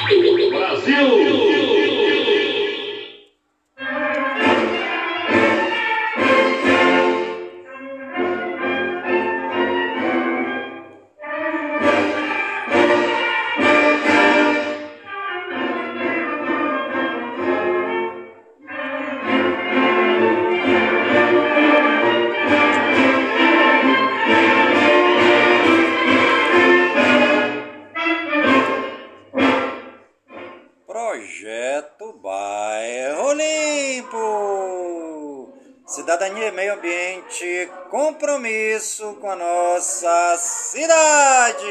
Projeto Bairro Limpo. Cidadania e meio ambiente, compromisso com a nossa cidade.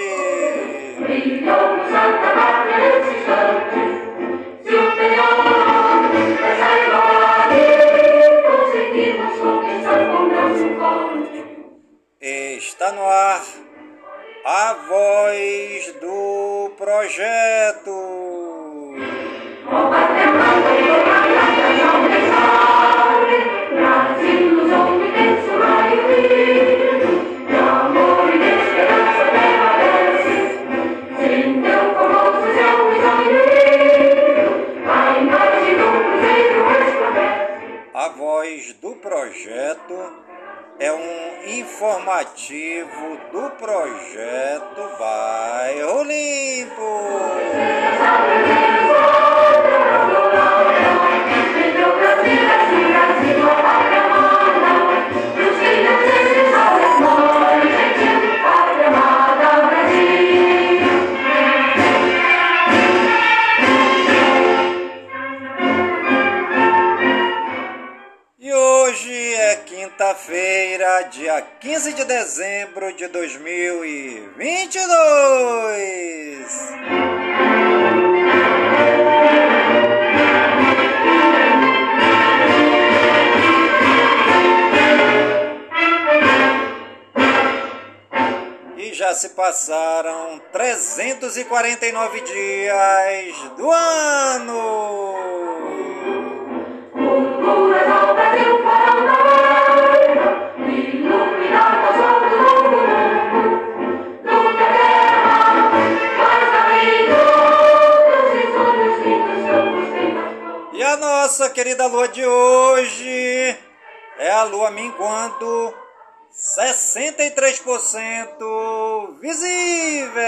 Está no ar a voz do projeto. A voz do projeto é um informativo do projeto Bairro Limpo. E hoje é quinta-feira, dia 15 de dezembro de 2022. E já se passaram 349 dias do ano. E a nossa querida lua de hoje é a lua minguando 63% visível.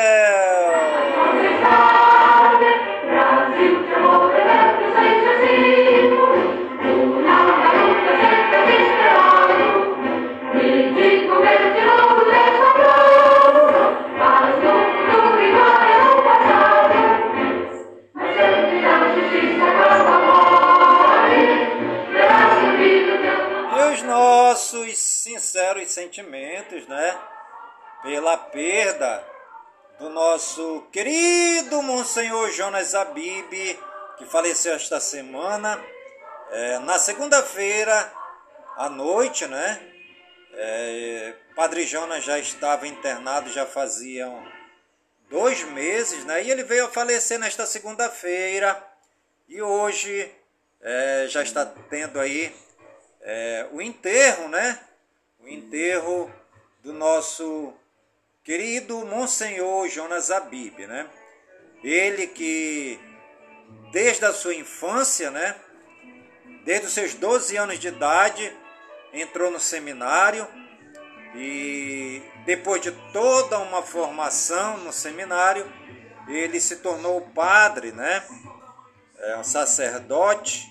Nossos sinceros sentimentos, né, pela perda do nosso querido Monsenhor Jonas Abib, que faleceu esta semana, na segunda-feira à noite, né. Padre Jonas já estava internado, já faziam 2 meses, né, e ele veio a falecer nesta segunda-feira, e hoje já está tendo aí o enterro, né? O enterro do nosso querido Monsenhor Jonas Abib, né? Ele que, desde a sua infância, né? Desde os seus 12 anos de idade, entrou no seminário e depois de toda uma formação no seminário, ele se tornou padre, né? Um sacerdote.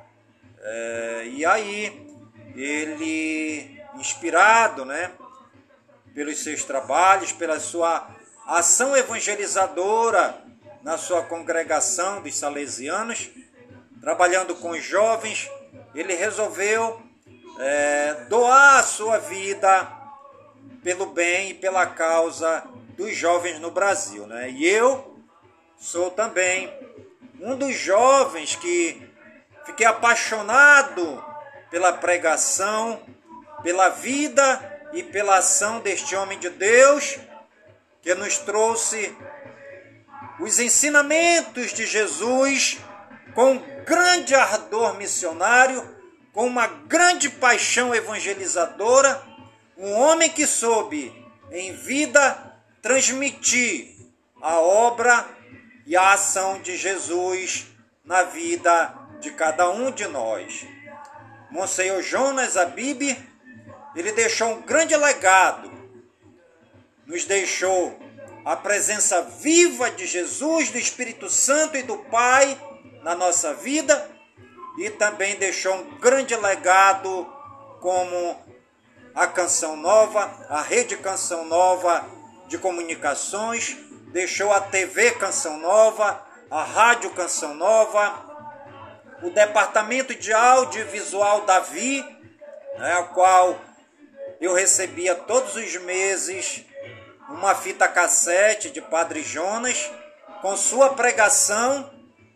E aí ele, inspirado, né, pelos seus trabalhos, pela sua ação evangelizadora na sua congregação dos salesianos, trabalhando com jovens, ele resolveu doar a sua vida pelo bem e pela causa dos jovens no Brasil, né? E eu sou também um dos jovens que fiquei apaixonado pela pregação, pela vida e pela ação deste homem de Deus, que nos trouxe os ensinamentos de Jesus com grande ardor missionário, com uma grande paixão evangelizadora, um homem que soube, em vida, transmitir a obra e a ação de Jesus na vida de cada um de nós. Monsenhor Jonas Abib, ele deixou um grande legado, nos deixou a presença viva de Jesus, do Espírito Santo e do Pai na nossa vida, e também deixou um grande legado como a Canção Nova, a Rede Canção Nova de Comunicações, deixou a TV Canção Nova, a Rádio Canção Nova, o Departamento de Audiovisual Davi, a qual eu recebia todos os meses uma fita cassete de Padre Jonas, com sua pregação,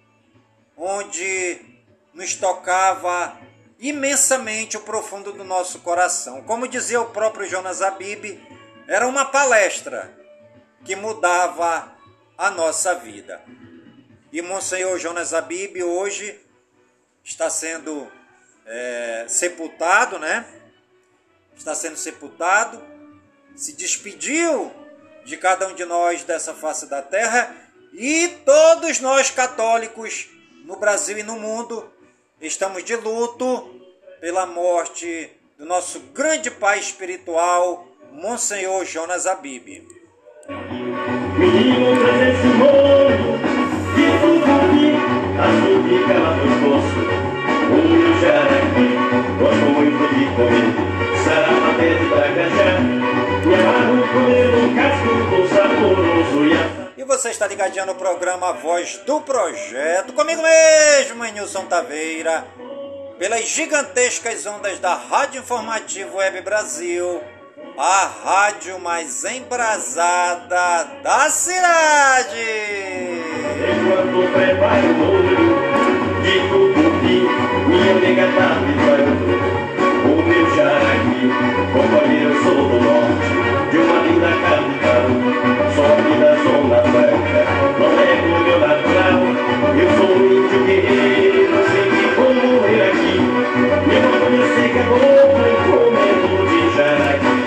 onde nos tocava imensamente o profundo do nosso coração. Como dizia o próprio Jonas Abib, era uma palestra que mudava a nossa vida. E Monsenhor Jonas Abib hoje está sendo sepultado, né? Está sendo sepultado, se despediu de cada um de nós dessa face da terra, e todos nós católicos no Brasil e no mundo estamos de luto pela morte do nosso grande pai espiritual, Monsenhor Jonas Abib. Menino presente mundo, que tudo aqui, assim fica lá no poço. O meu jaraqui, gosto muito de comer, sarapapete pra cachar, me amarro comer um casco saboroso e você está ligadinho no programa Voz do Projeto, comigo mesmo, Nilson Taveira, pelas gigantescas ondas da Rádio Informativo Web Brasil, a rádio mais embrasada da cidade. Enquanto preparo o molho de tucupi, minha nega tá me falando. O meu jaraqui, companheiro, eu sou do norte, de uma linda capital, sou aqui da Zona Franca, não é do meu natural. Eu sou um índio guerreiro, sei que vou morrer aqui, meu nome seca boca e comendo de jaraqui.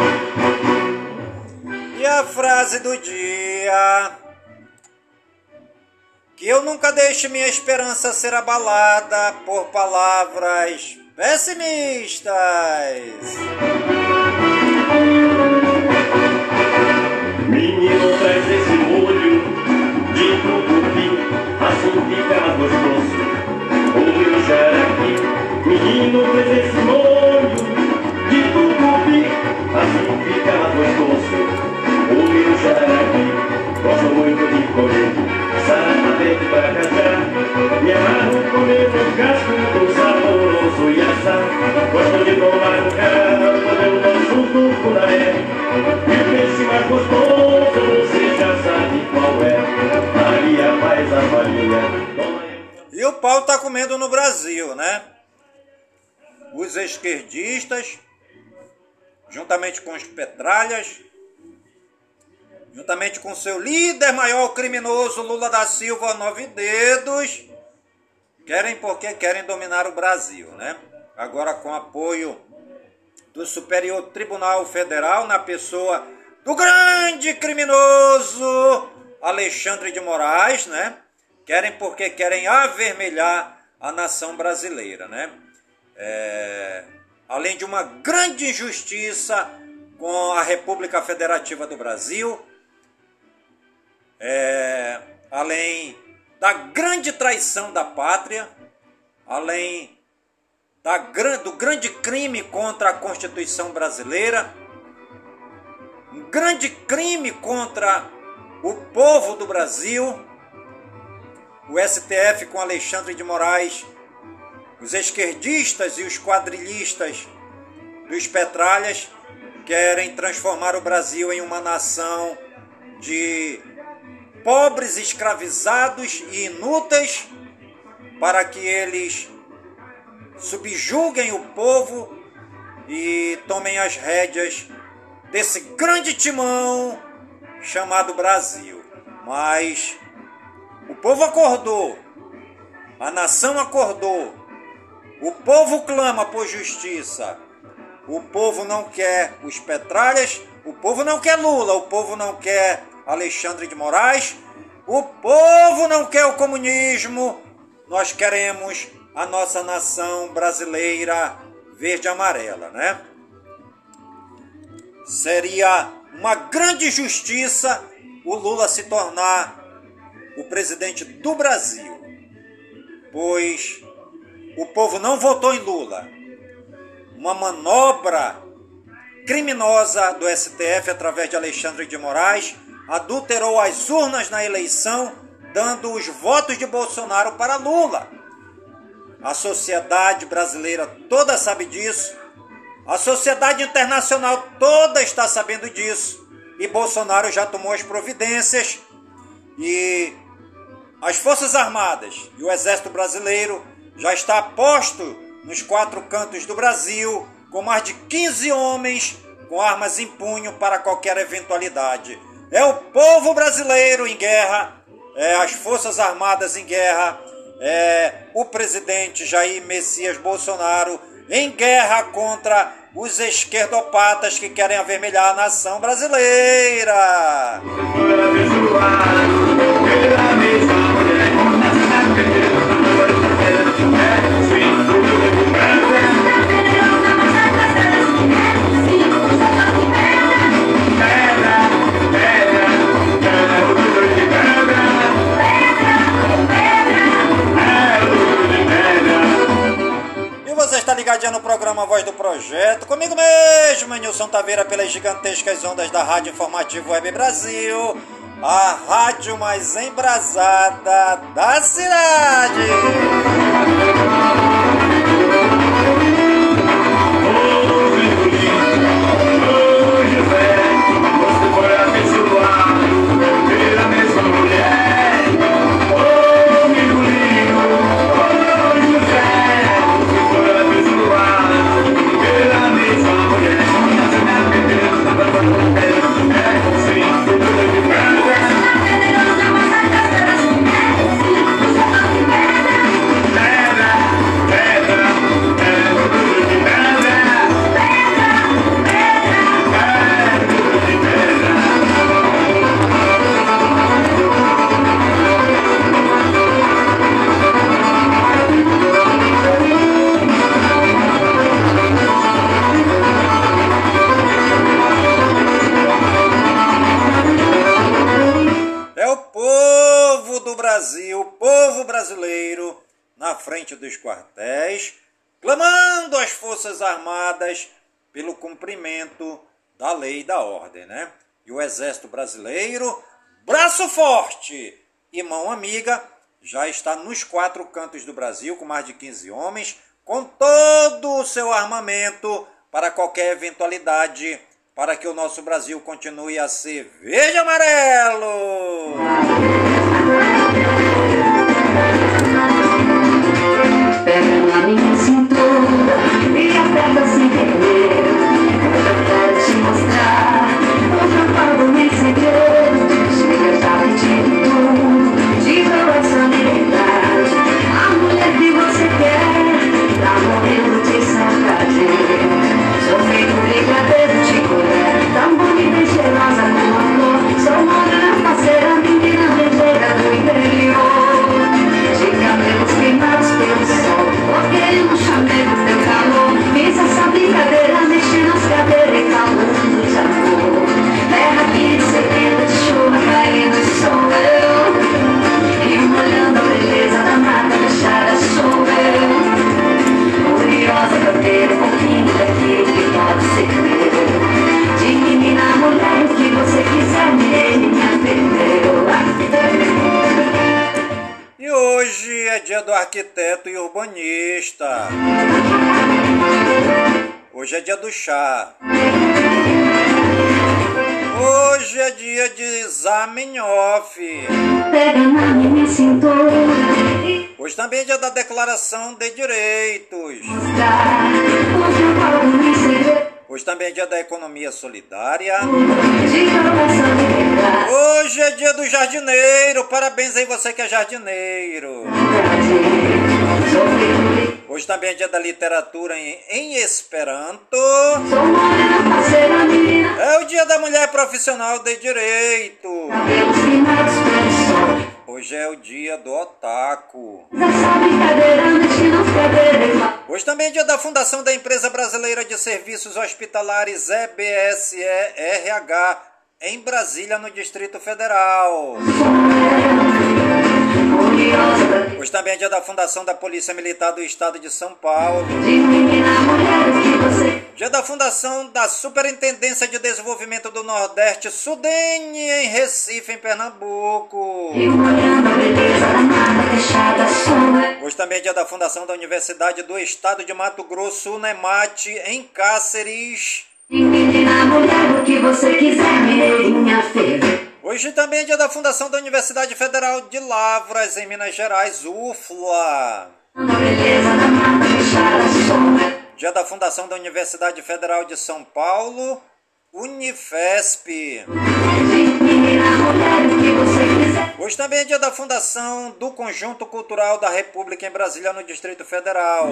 E a frase do dia: que eu nunca deixe minha esperança ser abalada por palavras pessimistas. Menino, traz esse molho de tucupi, assim fica mais gostoso. O meu jaraqui, menino, traz esse molho de tucupi, assim fica mais gostoso. O meu jaraqui, gosto muito de comer, sarapapete para cachar, me amarro comer um casco do saboroso e assar. Gosto de tomar um caldo do nosso tucunaré, e o peixe mais gostoso você já sabe qual é, Maria faz a farinha. E o pau tá comendo no Brasil, né? Os esquerdistas, juntamente com os petralhas, juntamente com seu líder maior criminoso, Lula da Silva, 9 dedos, querem dominar o Brasil, né? Agora com apoio do Superior Tribunal Federal, na pessoa do grande criminoso Alexandre de Moraes, né? Querem avermelhar a nação brasileira, né? Além de uma grande injustiça com a República Federativa do Brasil, além da grande traição da pátria, além do grande crime contra a Constituição brasileira, um grande crime contra o povo do Brasil, o STF com Alexandre de Moraes, os esquerdistas e os quadrilhistas dos petralhas querem transformar o Brasil em uma nação de pobres, escravizados e inúteis, para que eles subjuguem o povo e tomem as rédeas desse grande timão chamado Brasil. Mas o povo acordou, a nação acordou, o povo clama por justiça, o povo não quer os petralhas, o povo não quer Lula, o povo não quer Alexandre de Moraes, O povo não quer o comunismo, nós queremos a nossa nação brasileira verde e amarela, né? Seria uma grande injustiça o Lula se tornar o presidente do Brasil, pois o povo não votou em Lula. Uma manobra criminosa do STF através de Alexandre de Moraes adulterou as urnas na eleição, dando os votos de Bolsonaro para Lula. A sociedade brasileira toda sabe disso, a sociedade internacional toda está sabendo disso, e Bolsonaro já tomou as providências, e as Forças Armadas e o Exército Brasileiro já está posto nos 4 cantos do Brasil, com mais de 15 homens com armas em punho para qualquer eventualidade. É o povo brasileiro em guerra, é as Forças Armadas em guerra, é o presidente Jair Messias Bolsonaro em guerra contra os esquerdopatas que querem avermelhar a nação brasileira. Você está ligadinho no programa Voz do Projeto, comigo mesmo, Nilson Taveira, pelas gigantescas ondas da Rádio Informativo Web Brasil, a rádio mais embrasada da cidade. Na frente dos quartéis, clamando às Forças Armadas pelo cumprimento da lei e da ordem, né? E o Exército Brasileiro, braço forte e mão amiga, já está nos 4 cantos do Brasil, com mais de 15 homens, com todo o seu armamento para qualquer eventualidade, para que o nosso Brasil continue a ser verde e amarelo. Pega na minha cintura e aperta sem querer. Eu quero te mostrar o que eu falo nem segredo. Chega já pedindo tudo, de coração e verdade. A mulher que você quer, tá morrendo de saudade. Sou feito brigadeiro de colher, tão bonita e cheirosa como a flor. Sou morena, parceira, menina ligeira do interior. De cabelos queimados pelo sol, porque no chamego teu calor. Fiz essa brincadeira, mexi nas cadeiras e falando de amor. Terra aqui de segredo, de chuva caindo, sou eu. E molhando a beleza da mata fechada, sou eu. Curiosa pra ter um pouquinho daquilo que pode ser meu. De menina a mulher, o que você quiser, me atendeu. E hoje é dia do arquiteto e urbanista. Hoje é dia do chá. Hoje é dia de Zamenhof. Hoje também é dia da Declaração de Direitos. Hoje também é dia da Economia Solidária. Hoje é dia do jardineiro. Parabéns aí você que é jardineiro. Hoje também é dia da literatura em Esperanto. É o dia da mulher profissional de direito. Hoje é o dia do otaku. Hoje também é dia da fundação da Empresa Brasileira de Serviços Hospitalares EBSE-RH em Brasília, no Distrito Federal. Hoje também é dia da fundação da Polícia Militar do Estado de São Paulo. Dia da fundação da Superintendência de Desenvolvimento do Nordeste, Sudene, em Recife, em Pernambuco. Hoje também é dia da fundação da Universidade do Estado de Mato Grosso, UNEMAT, em Cáceres. Hoje também é dia da fundação da Universidade Federal de Lavras, em Minas Gerais, UFLA. Dia da fundação da Universidade Federal de São Paulo, Unifesp. Hoje também é dia da fundação do Conjunto Cultural da República em Brasília, no Distrito Federal.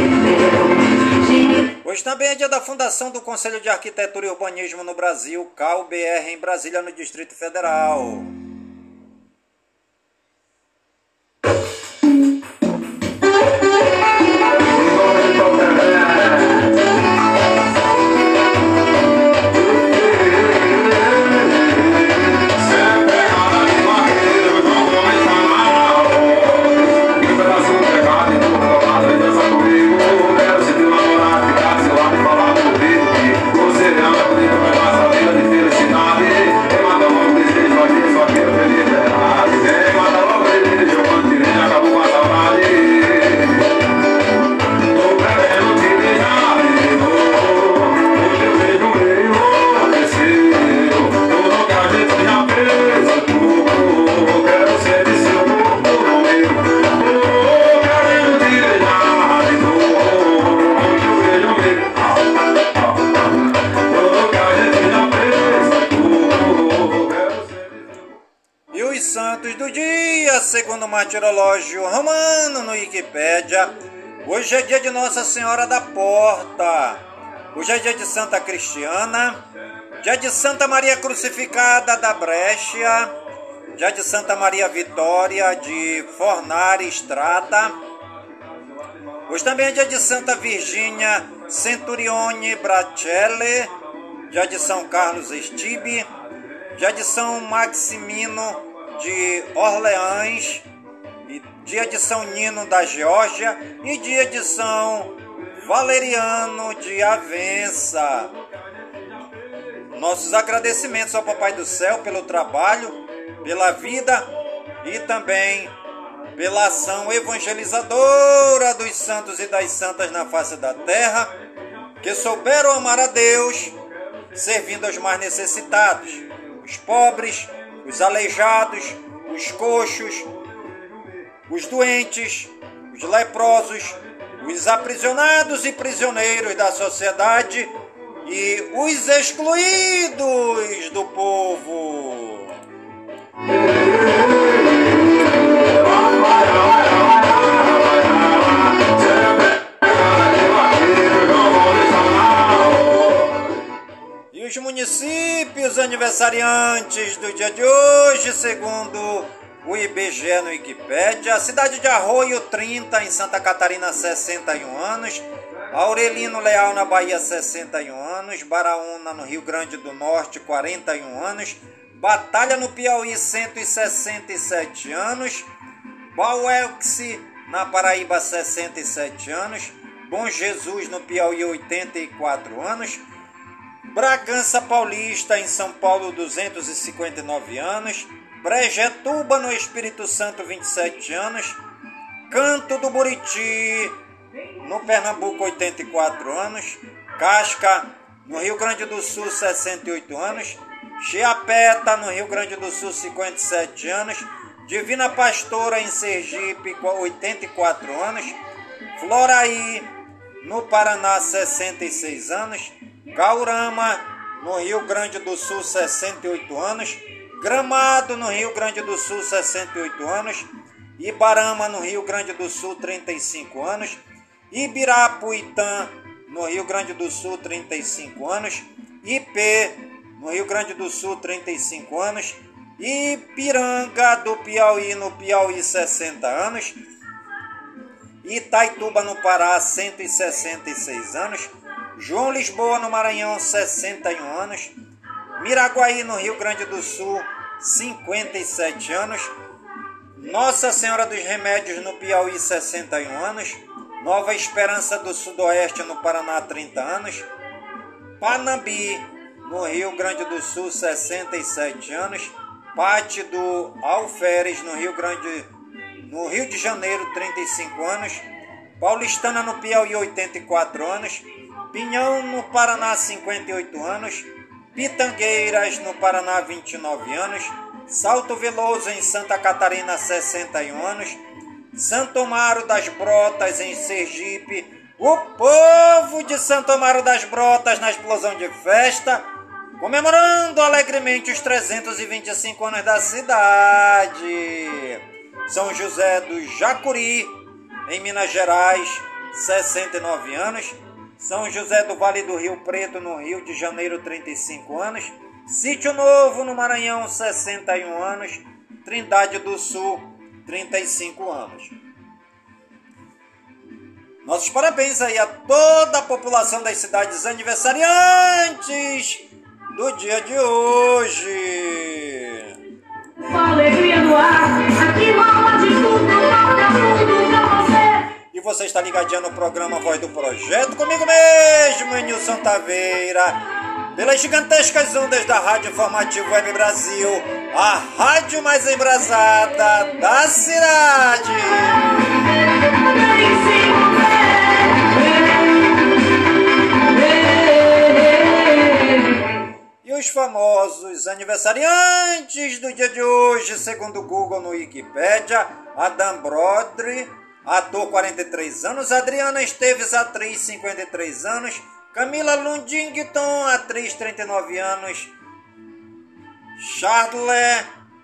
Hoje também é dia da fundação do Conselho de Arquitetura e Urbanismo no Brasil, CAU-BR, em Brasília, no Distrito Federal. Segundo o martirológio romano no Wikipédia, hoje é dia de Nossa Senhora da Porta, hoje é dia de Santa Cristiana, dia de Santa Maria Crucificada da Brescia, dia de Santa Maria Vitória de Fornari Strata, hoje também é dia de Santa Virgínia Centurione Bracelli, dia de São Carlos Estibe, dia de São Maximino de Orleans, e dia de São Nino da Geórgia e dia de São Valeriano de Avença. Nossos agradecimentos ao Papai do Céu pelo trabalho, pela vida e também pela ação evangelizadora dos santos e das santas na face da terra, que souberam amar a Deus, servindo aos mais necessitados, os pobres, os aleijados, os coxos, os doentes, os leprosos, os aprisionados e prisioneiros da sociedade e os excluídos do povo. Os municípios aniversariantes do dia de hoje, segundo o IBGE no Wikipédia: a cidade de Arroio, 30, em Santa Catarina, 61 anos, Aurelino Leal, na Bahia, 61 anos, Baraúna, no Rio Grande do Norte, 41 anos, Batalha, no Piauí, 167 anos, Bauelxe, na Paraíba, 67 anos, Bom Jesus, no Piauí, 84 anos, Bragança Paulista, em São Paulo, 259 anos, Brejetuba, no Espírito Santo, 27 anos, Canto do Buriti, no Pernambuco, 84 anos, Casca, no Rio Grande do Sul, 68 anos, Chiapeta, no Rio Grande do Sul, 57 anos, Divina Pastora, em Sergipe, 84 anos, Floraí, no Paraná, 66 anos, Caurama, no Rio Grande do Sul, 68 anos, Gramado, no Rio Grande do Sul, 68 anos, Ibarama, no Rio Grande do Sul, 35 anos, Ibirapuitã, no Rio Grande do Sul, 35 anos, Ipê, no Rio Grande do Sul, 35 anos, Ipiranga do Piauí, no Piauí, 60 anos. Itaituba, no Pará, 166 anos. João Lisboa, no Maranhão, 61 anos. Miraguaí, no Rio Grande do Sul, 57 anos. Nossa Senhora dos Remédios, no Piauí, 61 anos. Nova Esperança do Sudoeste, no Paraná, 30 anos. Panambi, no Rio Grande do Sul, 67 anos. Pate do Alferes, no Rio de Janeiro, 35 anos. Paulistana, no Piauí, 84 anos. Pinhão, no Paraná, 58 anos. Pitangueiras, no Paraná, 29 anos. Salto Veloso, em Santa Catarina, 61 anos. Santo Amaro das Brotas, em Sergipe. O povo de Santo Amaro das Brotas, na explosão de festa, comemorando alegremente os 325 anos da cidade. São José do Jacuri, em Minas Gerais, 69 anos. São José do Vale do Rio Preto, no Rio de Janeiro, 35 anos. Sítio Novo, no Maranhão, 61 anos. Trindade do Sul, 35 anos. Nossos parabéns aí a toda a população das cidades aniversariantes do dia de hoje. Alegria no ar, aqui rola de tudo pra você. E você está ligadinho no programa Voz do Projeto, comigo mesmo, Nilson Taveira, pelas gigantescas ondas da Rádio Informativo Web Brasil, a rádio mais embrasada da cidade. E os famosos aniversariantes do dia de hoje, segundo o Google no Wikipédia: Adam Brodry, ator, 43 anos. Adriana Esteves, atriz, 53 anos. Camila Ludington, atriz, 39 anos. Charles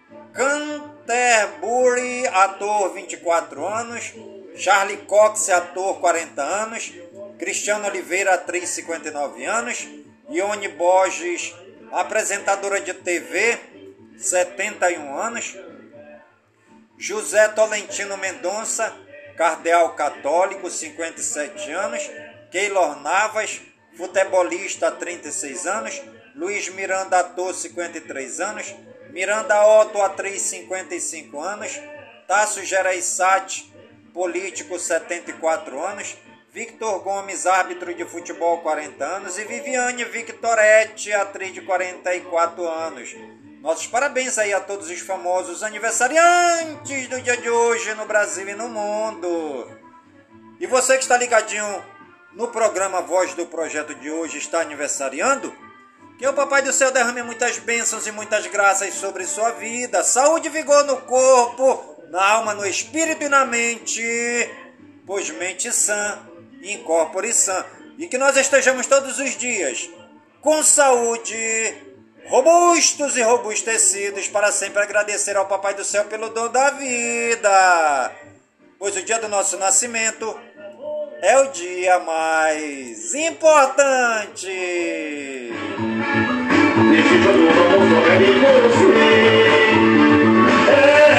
Canterbury, ator, 24 anos. Charlie Cox, ator, 40 anos. Cristiano Oliveira, atriz, 59 anos. Ione Borges, apresentadora de TV, 71 anos. José Tolentino Mendonça, cardeal católico, 57 anos. Keylor Navas, futebolista, 36 anos. Luiz Miranda, ator, 53 anos. Miranda Otto, atriz, 55 anos. Tasso Gereissati, político, 74 anos. Victor Gomes, árbitro de futebol, 40 anos. E Viviane Victoretti, atriz de 44 anos. Nossos parabéns aí a todos os famosos aniversariantes do dia de hoje no Brasil e no mundo. E você que está ligadinho no programa Voz do Projeto de hoje, está aniversariando? Que o Papai do Céu derrame muitas bênçãos e muitas graças sobre sua vida. Saúde e vigor no corpo, na alma, no espírito e na mente. Pois mente sã, incorpore sã. E que nós estejamos todos os dias com saúde, robustos e robustecidos, para sempre agradecer ao Papai do Céu pelo dom da vida. Pois o dia do nosso nascimento é o dia mais importante. Nesse jogo vamos jogar e construir. É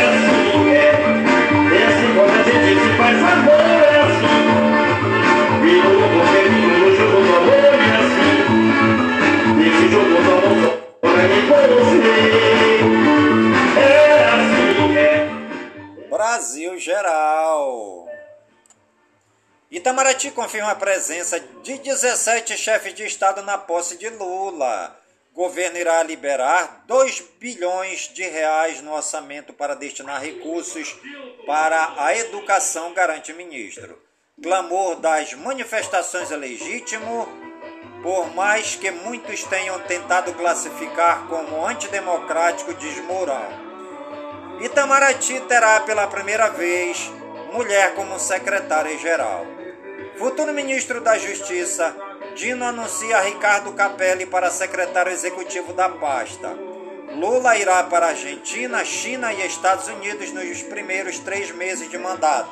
assim quando a gente se faz amor, é assim. E no conselhinho, no jogo do amor, é assim. Nesse jogo vamos jogar e construir. É assim, Brasil geral. Itamaraty confirma a presença de 17 chefes de Estado na posse de Lula. Governo irá liberar 2 bilhões de reais no orçamento para destinar recursos para a educação, garante ministro. Clamor das manifestações é legítimo, por mais que muitos tenham tentado classificar como antidemocrático, diz Mourão. Itamaraty terá pela primeira vez mulher como secretária-geral. Futuro ministro da Justiça, Dino, anuncia Ricardo Capelli para secretário executivo da pasta. Lula irá para a Argentina, China e Estados Unidos nos primeiros 3 meses de mandato.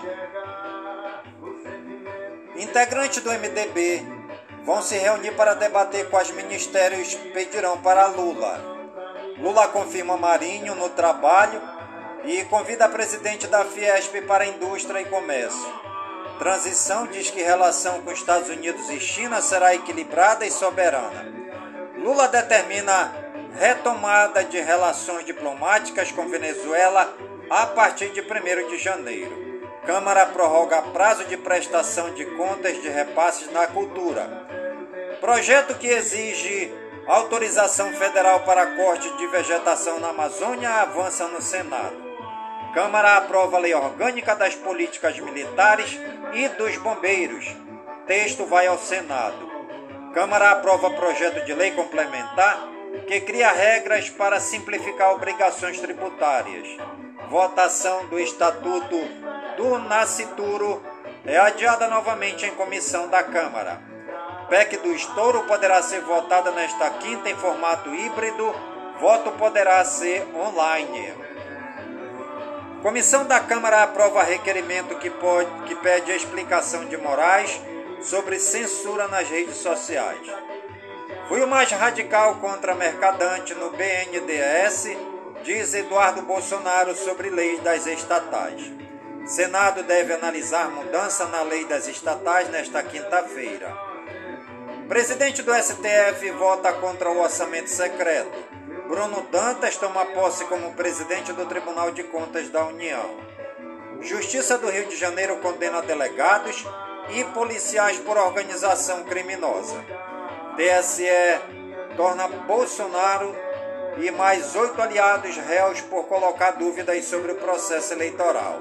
Integrantes do MDB vão se reunir para debater quais ministérios pedirão para Lula. Lula confirma Marinho no trabalho e convida a presidente da Fiesp para a indústria e comércio. Transição diz que relação com Estados Unidos e China será equilibrada e soberana. Lula determina retomada de relações diplomáticas com Venezuela a partir de 1º de janeiro. Câmara prorroga prazo de prestação de contas de repasses na cultura. Projeto que exige autorização federal para corte de vegetação na Amazônia avança no Senado. Câmara aprova a lei orgânica das políticas militares e dos bombeiros. Texto vai ao Senado. Câmara aprova projeto de lei complementar que cria regras para simplificar obrigações tributárias. Votação do Estatuto do Nascituro é adiada novamente em comissão da Câmara. PEC do estouro poderá ser votada nesta quinta em formato híbrido. Voto poderá ser online. Comissão da Câmara aprova requerimento que pede explicação de Moraes sobre censura nas redes sociais. Fui o mais radical contra Mercadante no BNDES, diz Eduardo Bolsonaro sobre leis das estatais. Senado deve analisar mudança na lei das estatais nesta quinta-feira. Presidente do STF vota contra o orçamento secreto. Bruno Dantas toma posse como presidente do Tribunal de Contas da União. Justiça do Rio de Janeiro condena delegados e policiais por organização criminosa. TSE torna Bolsonaro e mais 8 aliados réus por colocar dúvidas sobre o processo eleitoral.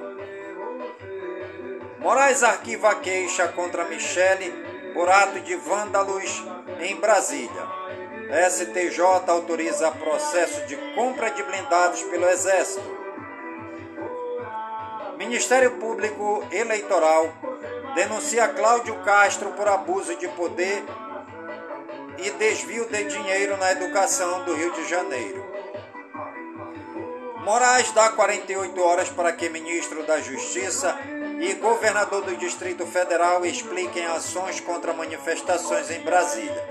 Moraes arquiva a queixa contra Michele por ato de vândalos em Brasília. STJ autoriza processo de compra de blindados pelo Exército. Ministério Público Eleitoral denuncia Cláudio Castro por abuso de poder e desvio de dinheiro na educação do Rio de Janeiro. Moraes dá 48 horas para que ministro da Justiça e governador do Distrito Federal expliquem ações contra manifestações em Brasília.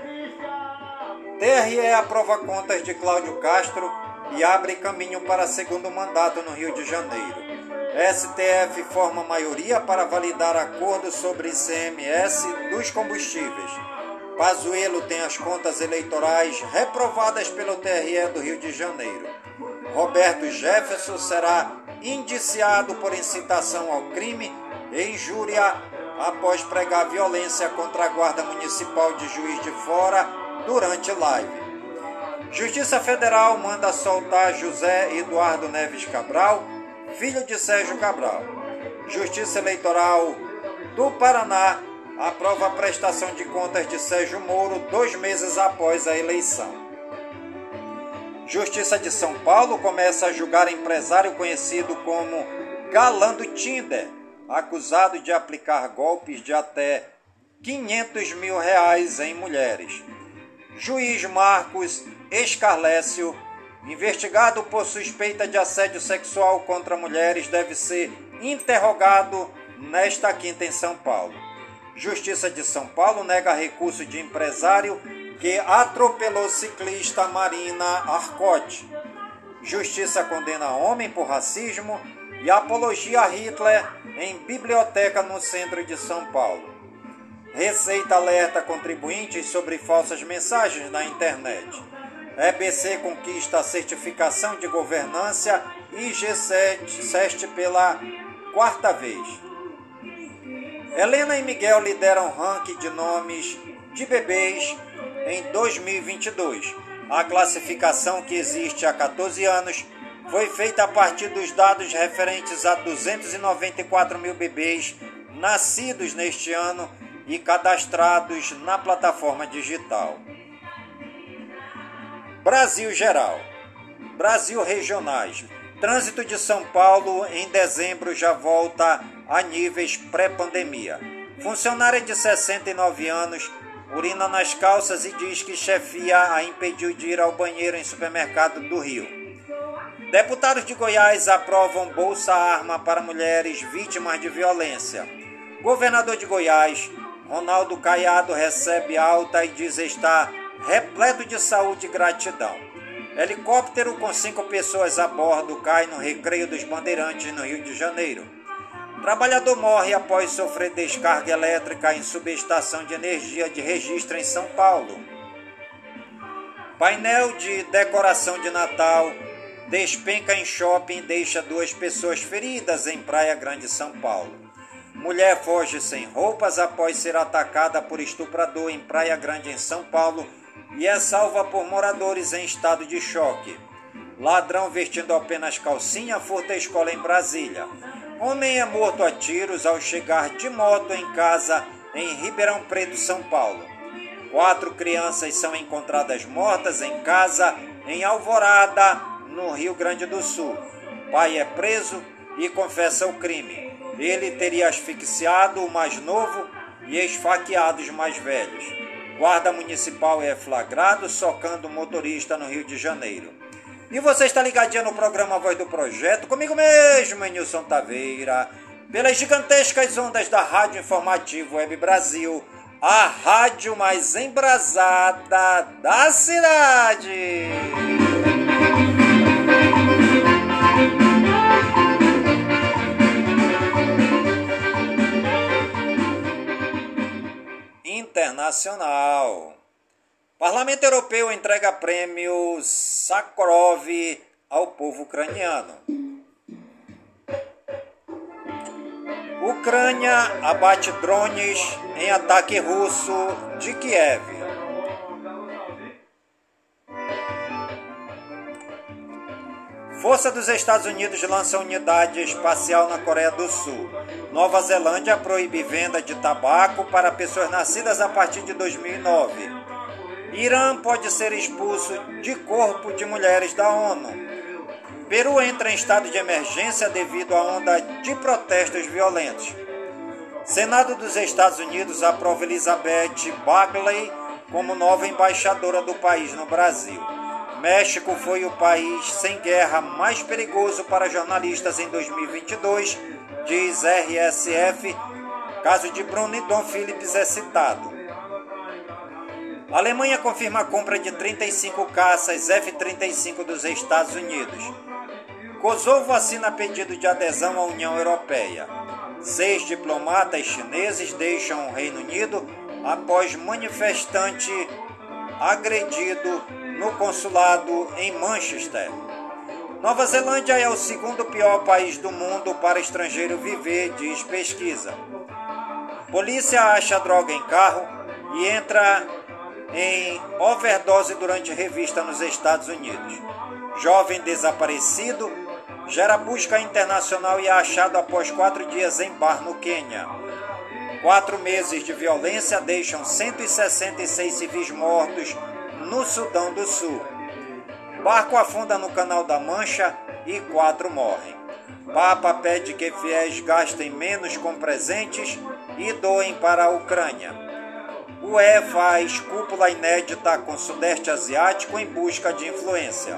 TRE aprova contas de Cláudio Castro e abre caminho para segundo mandato no Rio de Janeiro. STF forma maioria para validar acordo sobre ICMS dos combustíveis. Pazuello tem as contas eleitorais reprovadas pelo TRE do Rio de Janeiro. Roberto Jefferson será indiciado por incitação ao crime e injúria após pregar violência contra a Guarda Municipal de Juiz de Fora durante live. Justiça Federal manda soltar José Eduardo Neves Cabral, filho de Sérgio Cabral. Justiça Eleitoral do Paraná aprova a prestação de contas de Sérgio Moro 2 meses após a eleição. Justiça de São Paulo começa a julgar empresário conhecido como Galã do Tinder, acusado de aplicar golpes de até R$500 mil em mulheres. Juiz Marcos Escarlécio, investigado por suspeita de assédio sexual contra mulheres, deve ser interrogado nesta quinta em São Paulo. Justiça de São Paulo nega recurso de empresário que atropelou ciclista Marina Arcote. Justiça condena homem por racismo e apologia a Hitler em biblioteca no centro de São Paulo. Receita alerta contribuintes sobre falsas mensagens na internet. EBC conquista a certificação de governança e G7 pela 4ª vez. Helena e Miguel lideram ranking de nomes de bebês em 2022. A classificação, que existe há 14 anos, foi feita a partir dos dados referentes a 294 mil bebês nascidos neste ano e cadastrados na plataforma digital. Brasil Geral. Brasil Regionais. Trânsito de São Paulo em dezembro já volta a níveis pré-pandemia. Funcionária de 69 anos urina nas calças e diz que chefia a impediu de ir ao banheiro em supermercado do Rio. Deputados de Goiás aprovam Bolsa Arma para mulheres vítimas de violência. Governador de Goiás, Ronaldo Caiado, recebe alta e diz estar repleto de saúde e gratidão. Helicóptero com 5 pessoas a bordo cai no Recreio dos Bandeirantes, no Rio de Janeiro. Trabalhador morre após sofrer descarga elétrica em subestação de energia de Registro em São Paulo. Painel de decoração de Natal despenca em shopping e deixa 2 pessoas feridas em Praia Grande, São Paulo. Mulher foge sem roupas após ser atacada por estuprador em Praia Grande, em São Paulo, e é salva por moradores em estado de choque. Ladrão vestindo apenas calcinha furta escola em Brasília. Homem é morto a tiros ao chegar de moto em casa em Ribeirão Preto, São Paulo. 4 crianças são encontradas mortas em casa em Alvorada, no Rio Grande do Sul. Pai é preso e confessa o crime. Ele teria asfixiado o mais novo e esfaqueado os mais velhos. Guarda municipal é flagrado socando o motorista no Rio de Janeiro. E você está ligadinho no programa Voz do Projeto, comigo mesmo, Nilson Taveira, pelas gigantescas ondas da Rádio Informativo Web Brasil, a rádio mais embrasada da cidade. Internacional. Parlamento Europeu entrega prêmio Sakharov ao povo ucraniano. Ucrânia abate drones em ataque russo de Kiev. Força dos Estados Unidos lança unidade espacial na Coreia do Sul. Nova Zelândia proíbe venda de tabaco para pessoas nascidas a partir de 2009. Irã pode ser expulso de corpo de mulheres da ONU. Peru entra em estado de emergência devido à onda de protestos violentos. Senado dos Estados Unidos aprova Elizabeth Bagley como nova embaixadora do país no Brasil. México foi o país sem guerra mais perigoso para jornalistas em 2022, diz RSF. Caso de Bruno e Dom Phillips é citado. A Alemanha confirma a compra de 35 caças F-35 dos Estados Unidos. Kosovo assina pedido de adesão à União Europeia. 6 diplomatas chineses deixam o Reino Unido após manifestante agredido no consulado em Manchester. Nova Zelândia é o segundo pior país do mundo para estrangeiro viver, diz pesquisa. Polícia acha droga em carro e entra em overdose durante revista nos Estados Unidos. Jovem desaparecido gera busca internacional e é achado após 4 dias em bar no Quênia. 4 meses de violência deixam 166 civis mortos no Sudão do Sul. Barco afunda no Canal da Mancha e 4 morrem. Papa pede que fiéis gastem menos com presentes e doem para a Ucrânia. UE faz cúpula inédita com Sudeste Asiático em busca de influência.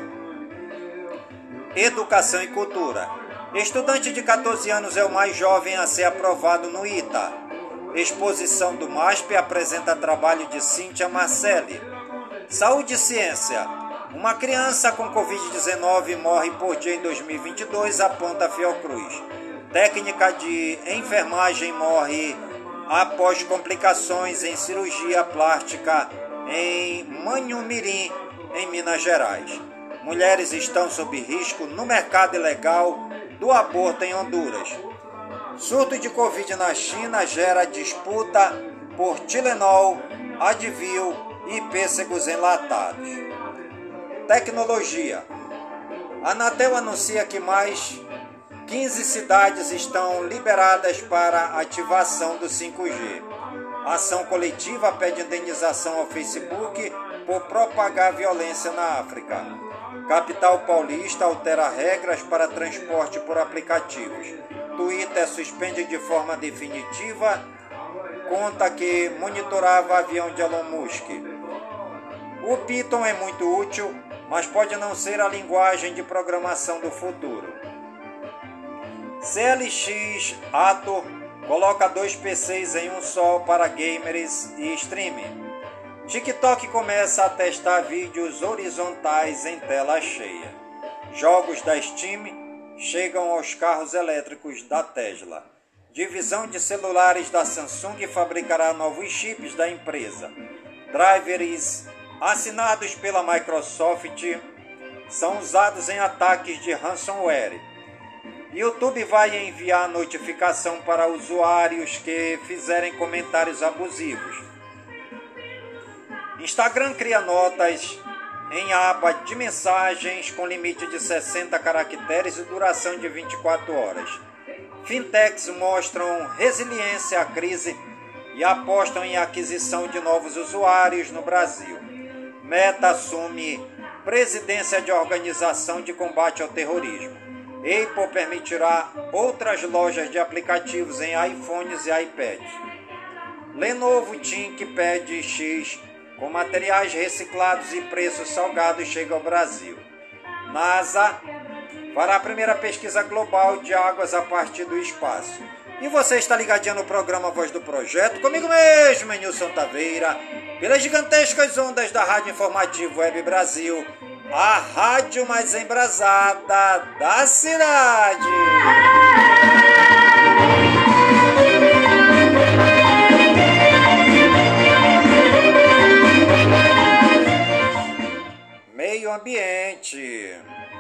Educação e cultura. Estudante de 14 anos é o mais jovem a ser aprovado no ITA. Exposição do MASP apresenta trabalho de Cíntia Marcelli. Saúde e ciência. Uma criança com Covid-19 morre por dia em 2022, aponta Fiocruz. Técnica de enfermagem morre após complicações em cirurgia plástica em Manhumirim, em Minas Gerais. Mulheres estão sob risco no mercado ilegal do aborto em Honduras. Surto de Covid na China gera disputa por Tilenol, Advil e pêssegos enlatados. Tecnologia. A Anatel anuncia que mais 15 cidades estão liberadas para ativação do 5G. Ação coletiva pede indenização ao Facebook por propagar violência na África. Capital paulista altera regras para transporte por aplicativos. Twitter suspende de forma definitiva conta que monitorava avião de Elon Musk. O Python é muito útil, mas pode não ser a linguagem de programação do futuro. CLX Ato coloca 2 PCs em um só para gamers e streaming. TikTok começa a testar vídeos horizontais em tela cheia. Jogos da Steam chegam aos carros elétricos da Tesla. Divisão de celulares da Samsung fabricará novos chips da empresa. Drivers assinados pela Microsoft são usados em ataques de ransomware. YouTube vai enviar notificação para usuários que fizerem comentários abusivos. Instagram cria notas em aba de mensagens com limite de 60 caracteres e duração de 24 horas. Fintechs mostram resiliência à crise e apostam em aquisição de novos usuários no Brasil. Meta assume presidência de organização de combate ao terrorismo. Apple permitirá outras lojas de aplicativos em iPhones e iPads. Lenovo ThinkPad X com materiais reciclados e preços salgados chega ao Brasil. NASA fará a primeira pesquisa global de águas a partir do espaço. E você está ligadinho no programa Voz do Projeto, comigo mesmo, Nilson Taveira, pelas gigantescas ondas da Rádio Informativo Web Brasil, a rádio mais embrasada da cidade. Meio ambiente.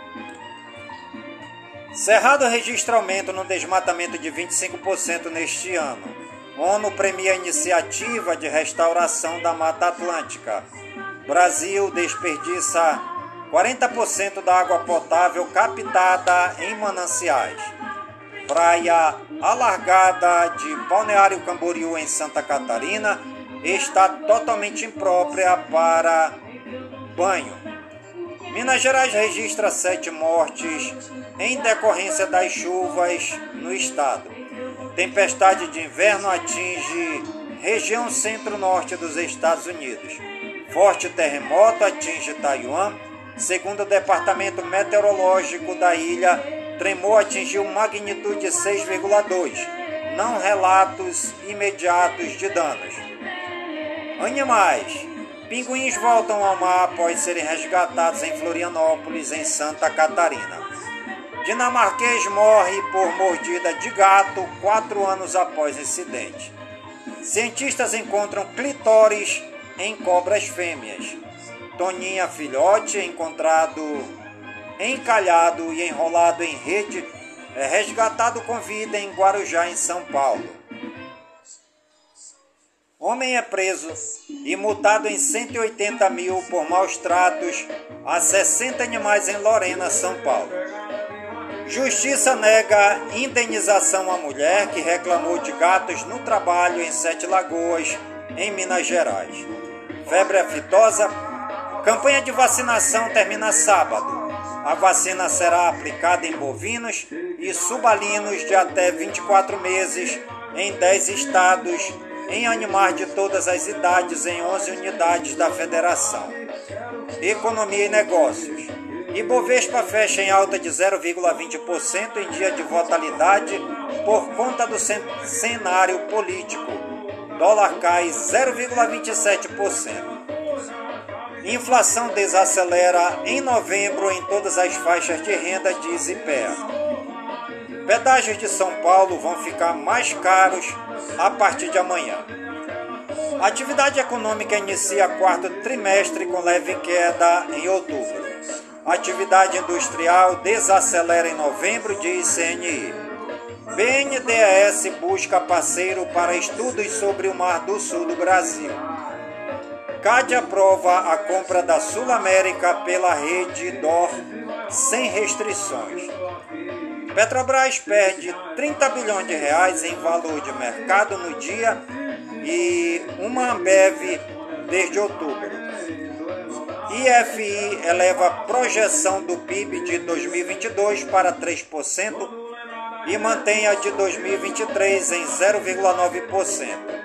Cerrado registra aumento no desmatamento de 25% neste ano. ONU premia a iniciativa de restauração da Mata Atlântica. Brasil desperdiça 40% da água potável captada em mananciais. Praia alargada de Balneário Camboriú, em Santa Catarina, está totalmente imprópria para banho. Minas Gerais registra 7 mortes em decorrência das chuvas no estado. Tempestade de inverno atinge região centro-norte dos Estados Unidos. Forte terremoto atinge Taiwan. Segundo o Departamento Meteorológico da ilha, tremor atingiu magnitude 6,2. Não relatos imediatos de danos. Animais. Pinguins voltam ao mar após serem resgatados em Florianópolis, em Santa Catarina. Dinamarquês morre por mordida de gato 4 anos após incidente. Cientistas encontram clitóris em cobras fêmeas. Toninha filhote encontrado encalhado e enrolado em rede é resgatado com vida em Guarujá, em São Paulo. Homem é preso e multado em 180 mil por maus tratos a 60 animais em Lorena, São Paulo. Justiça nega indenização à mulher que reclamou de gatos no trabalho em 7 Lagoas, em Minas Gerais. Febre aftosa. Campanha de vacinação termina sábado. A vacina será aplicada em bovinos e subalinos de até 24 meses em 10 estados, em animais de todas as idades em 11 unidades da federação. Economia e negócios. Ibovespa fecha em alta de 0,20% em dia de volatilidade por conta do cenário político. Dólar cai 0,27%. Inflação desacelera em novembro em todas as faixas de renda, diz IPEA. Pedágios de São Paulo vão ficar mais caros a partir de amanhã. A atividade econômica inicia quarto trimestre com leve queda em outubro. A atividade industrial desacelera em novembro, diz CNI. BNDES busca parceiro para estudos sobre o Mar do Sul do Brasil. CAD aprova a compra da Sul América pela rede DOR sem restrições. Petrobras perde 30 bilhões de reais em valor de mercado no dia e uma Ambev desde outubro. IFI eleva a projeção do PIB de 2022 para 3% e mantém a de 2023 em 0,9%.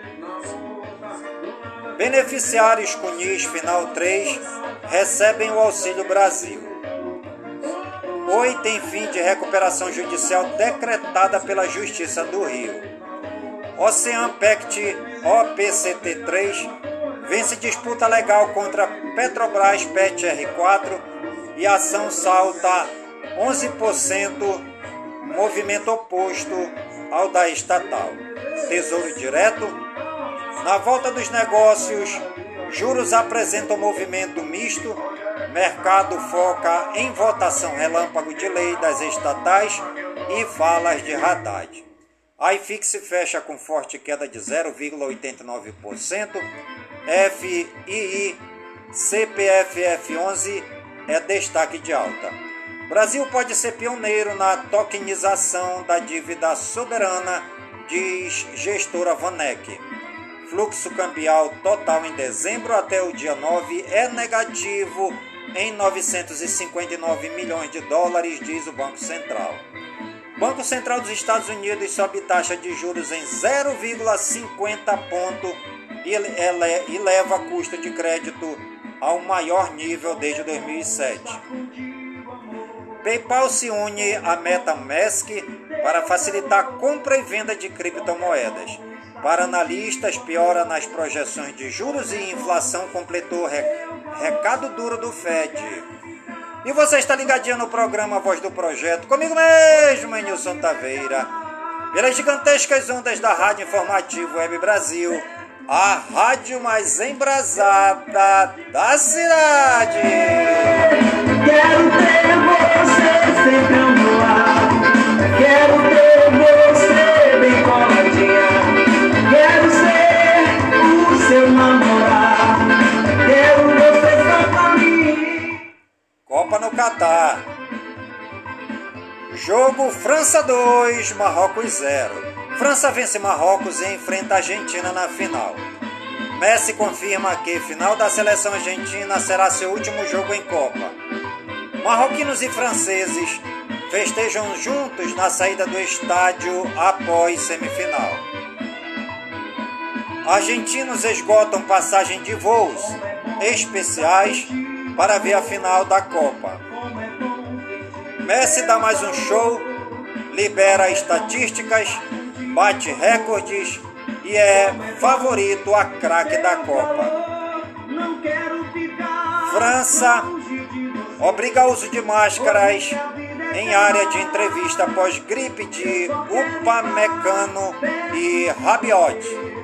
Beneficiários com NIS Final 3 recebem o Auxílio Brasil. Oi tem fim de recuperação judicial decretada pela Justiça do Rio. Ocean Pact OPCT3 vence disputa legal contra Petrobras PET R4 e a ação salta 11%, movimento oposto ao da estatal. Tesouro Direto. Na volta dos negócios, juros apresentam movimento misto, mercado foca em votação relâmpago de lei das estatais e falas de Haddad. A IFIX fecha com forte queda de 0,89%, FII CPFF11 é destaque de alta. Brasil pode ser pioneiro na tokenização da dívida soberana, diz gestora Vanek. Fluxo cambial total em dezembro até o dia 9 é negativo em 959 milhões de dólares, diz o Banco Central. Banco Central dos Estados Unidos sobe taxa de juros em 0,50 ponto e leva custo de crédito ao maior nível desde 2007. PayPal se une à MetaMask para facilitar compra e venda de criptomoedas. Para analistas, piora nas projeções de juros e inflação, completou recado duro do Fed. E você está ligadinho no programa Voz do Projeto, comigo mesmo, Nilson Taveira, pelas gigantescas ondas da Rádio Informativo Web Brasil, a rádio mais embrasada da cidade. Quero ter você sempre ao meu lado, quero ter você bem coladinha, quero ser o seu namorado, quero você só pra mim. Copa no Catar. Jogo França 2, Marrocos 0. França vence Marrocos e enfrenta a Argentina na final. Messi confirma que final da seleção argentina será seu último jogo em Copa. Marroquinos e franceses festejam juntos na saída do estádio após semifinal. Argentinos esgotam passagem de voos especiais para ver a final da Copa. Messi dá mais um show, libera estatísticas, bate recordes e é favorito a craque da Copa. França obriga o uso de máscaras em área de entrevista após gripe de Upamecano e Rabiot.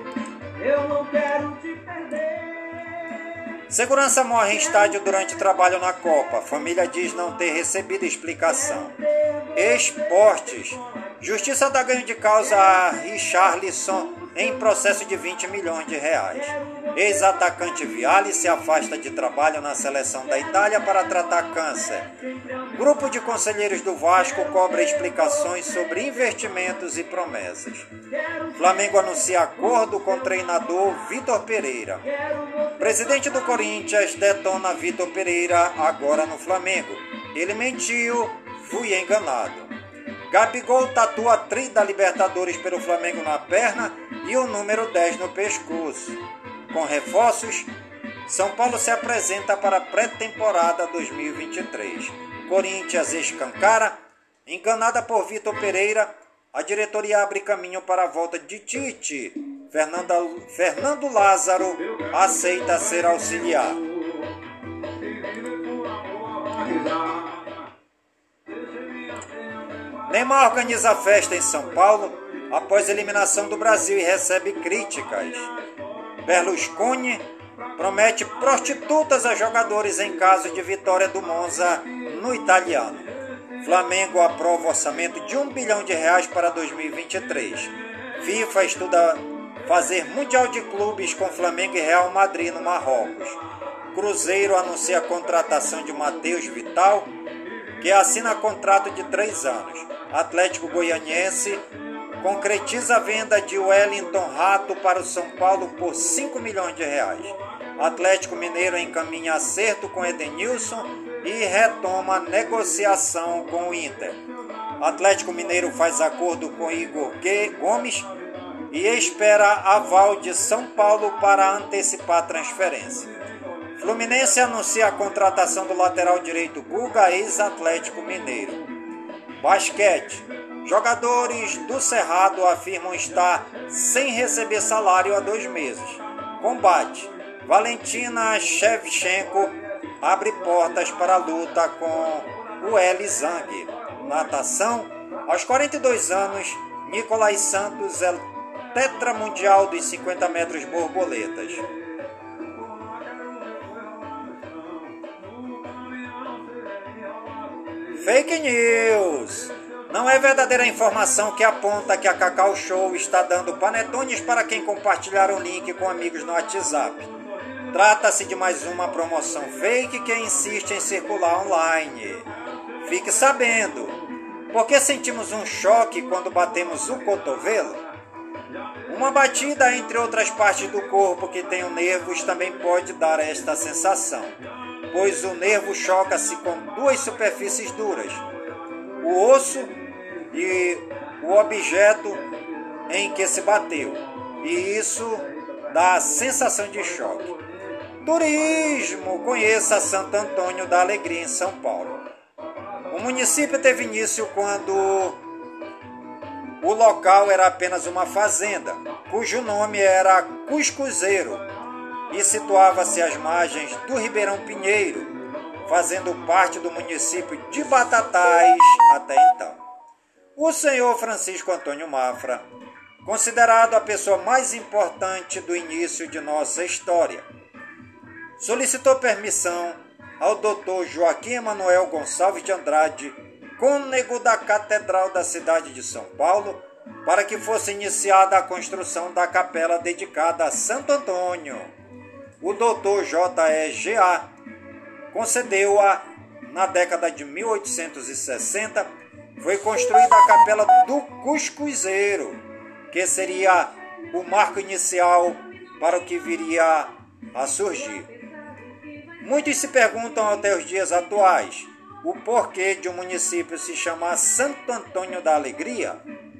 Segurança morre em estádio durante trabalho na Copa. Família diz não ter recebido explicação. Esportes. Justiça dá ganho de causa a Richarlison em processo de 20 milhões de reais. Ex-atacante Vialli se afasta de trabalho na seleção da Itália para tratar câncer. Grupo de conselheiros do Vasco cobra explicações sobre investimentos e promessas. Flamengo anuncia acordo com o treinador Vitor Pereira. Presidente do Corinthians detona Vitor Pereira agora no Flamengo. Ele mentiu, fui enganado. Gabigol tatua a tri da Libertadores pelo Flamengo na perna e o número 10 no pescoço. Com reforços, São Paulo se apresenta para a pré-temporada 2023. Corinthians escancara. Enganada por Vitor Pereira, a diretoria abre caminho para a volta de Tite. Fernando Lázaro aceita ser auxiliar. Neymar organiza festa em São Paulo após eliminação do Brasil e recebe críticas. Berlusconi promete prostitutas a jogadores em caso de vitória do Monza no italiano. Flamengo aprova orçamento de R$1 bilhão para 2023. FIFA estuda fazer Mundial de Clubes com Flamengo e Real Madrid no Marrocos. Cruzeiro anuncia a contratação de Matheus Vital, que assina contrato de 3 anos. Atlético Goianiense concretiza a venda de Wellington Rato para o São Paulo por R$5 milhões. Atlético Mineiro encaminha acerto com Edenilson e retoma negociação com o Inter. Atlético Mineiro faz acordo com Igor Gomes e espera aval de São Paulo para antecipar a transferência. Fluminense anuncia a contratação do lateral direito Guga, ex-Atlético Mineiro. Basquete. Jogadores do Cerrado afirmam estar sem receber salário há 2 meses. Combate. Valentina Shevchenko abre portas para a luta com o Eli Zhang. Natação, aos 42 anos, Nicolás Santos é tetramundial dos 50 metros borboletas. Fake News! Não é verdadeira a informação que aponta que a Cacau Show está dando panetones para quem compartilhar o link com amigos no WhatsApp. Trata-se de mais uma promoção fake que insiste em circular online. Fique sabendo, porque sentimos um choque quando batemos o cotovelo? Uma batida entre outras partes do corpo que tenham nervos também pode dar esta sensação, pois o nervo choca-se com duas superfícies duras, o osso e o objeto em que se bateu, e isso dá a sensação de choque. Turismo! Conheça Santo Antônio da Alegria, em São Paulo. O município teve início quando o local era apenas uma fazenda, cujo nome era Cuscuzeiro, e situava-se às margens do Ribeirão Pinheiro, fazendo parte do município de Batatais até então. O senhor Francisco Antônio Mafra, considerado a pessoa mais importante do início de nossa história, solicitou permissão ao Dr. Joaquim Emanuel Gonçalves de Andrade, cônego da Catedral da cidade de São Paulo, para que fosse iniciada a construção da capela dedicada a Santo Antônio. O Dr. J.E.G.A. concedeu-a na década de 1860. Foi construída a capela do Cuscuzeiro, que seria o marco inicial para o que viria a surgir. Muitos se perguntam até os dias atuais o porquê de um município se chamar Santo Antônio da Alegria.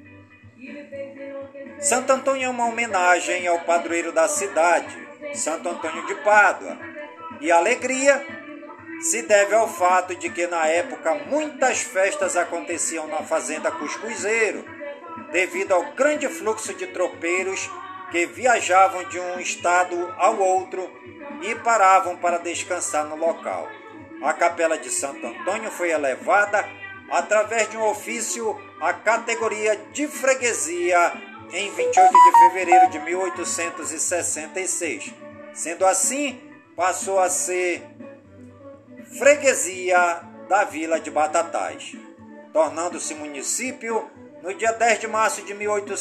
Santo Antônio é uma homenagem ao padroeiro da cidade, Santo Antônio de Pádua, e a alegria se deve ao fato de que na época muitas festas aconteciam na fazenda Cuscuzeiro, devido ao grande fluxo de tropeiros que viajavam de um estado ao outro e paravam para descansar no local. A capela de Santo Antônio foi elevada através de um ofício à categoria de freguesia em 28 de fevereiro de 1866. Sendo assim, passou a ser freguesia da vila de Batatais, tornando-se município no dia 10 de março de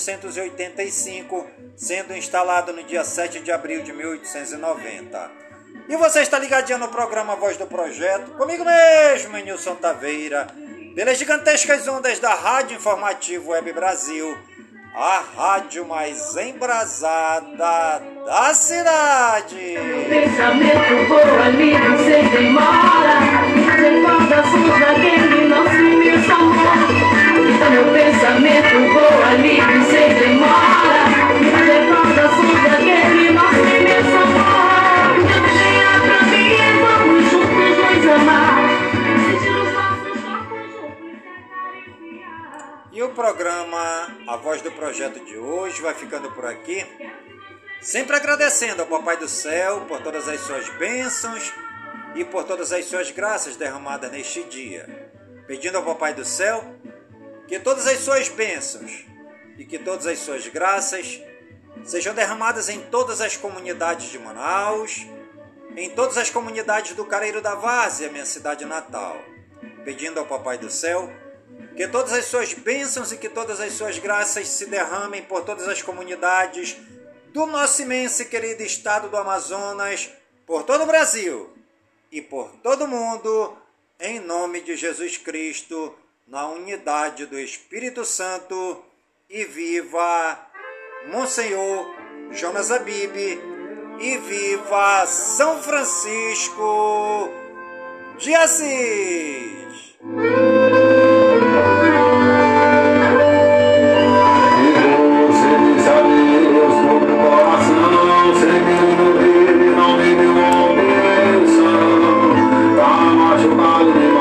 1885, sendo instalado no dia 7 de abril de 1890. E você está ligadinho no programa Voz do Projeto, comigo mesmo, Nilson Taveira, pelas gigantescas ondas da Rádio Informativo Web Brasil, a rádio mais embrasada da cidade. Pensamento voa livre sem demora, recordações daquele nosso imenso amor. Então meu pensamento voa livre sem demora, recordações daquele nosso imenso amor. Venha pra mim e vamos juntos nos amar, sentir os nossos corpos juntos e acariciar. E o programa A Voz do Projeto de hoje vai ficando por aqui, sempre agradecendo ao Papai do Céu por todas as suas bênçãos e por todas as suas graças derramadas neste dia. Pedindo ao Papai do Céu que todas as suas bênçãos e que todas as suas graças sejam derramadas em todas as comunidades de Manaus, em todas as comunidades do Careiro da Várzea, minha cidade natal. Pedindo ao Papai do Céu que todas as suas bênçãos e que todas as suas graças se derramem por todas as comunidades do nosso imenso e querido estado do Amazonas, por todo o Brasil e por todo o mundo, em nome de Jesus Cristo, na unidade do Espírito Santo, e viva Monsenhor Jonas Abib, e viva São Francisco de Assis! Não me deu uma bênção, tá machucado.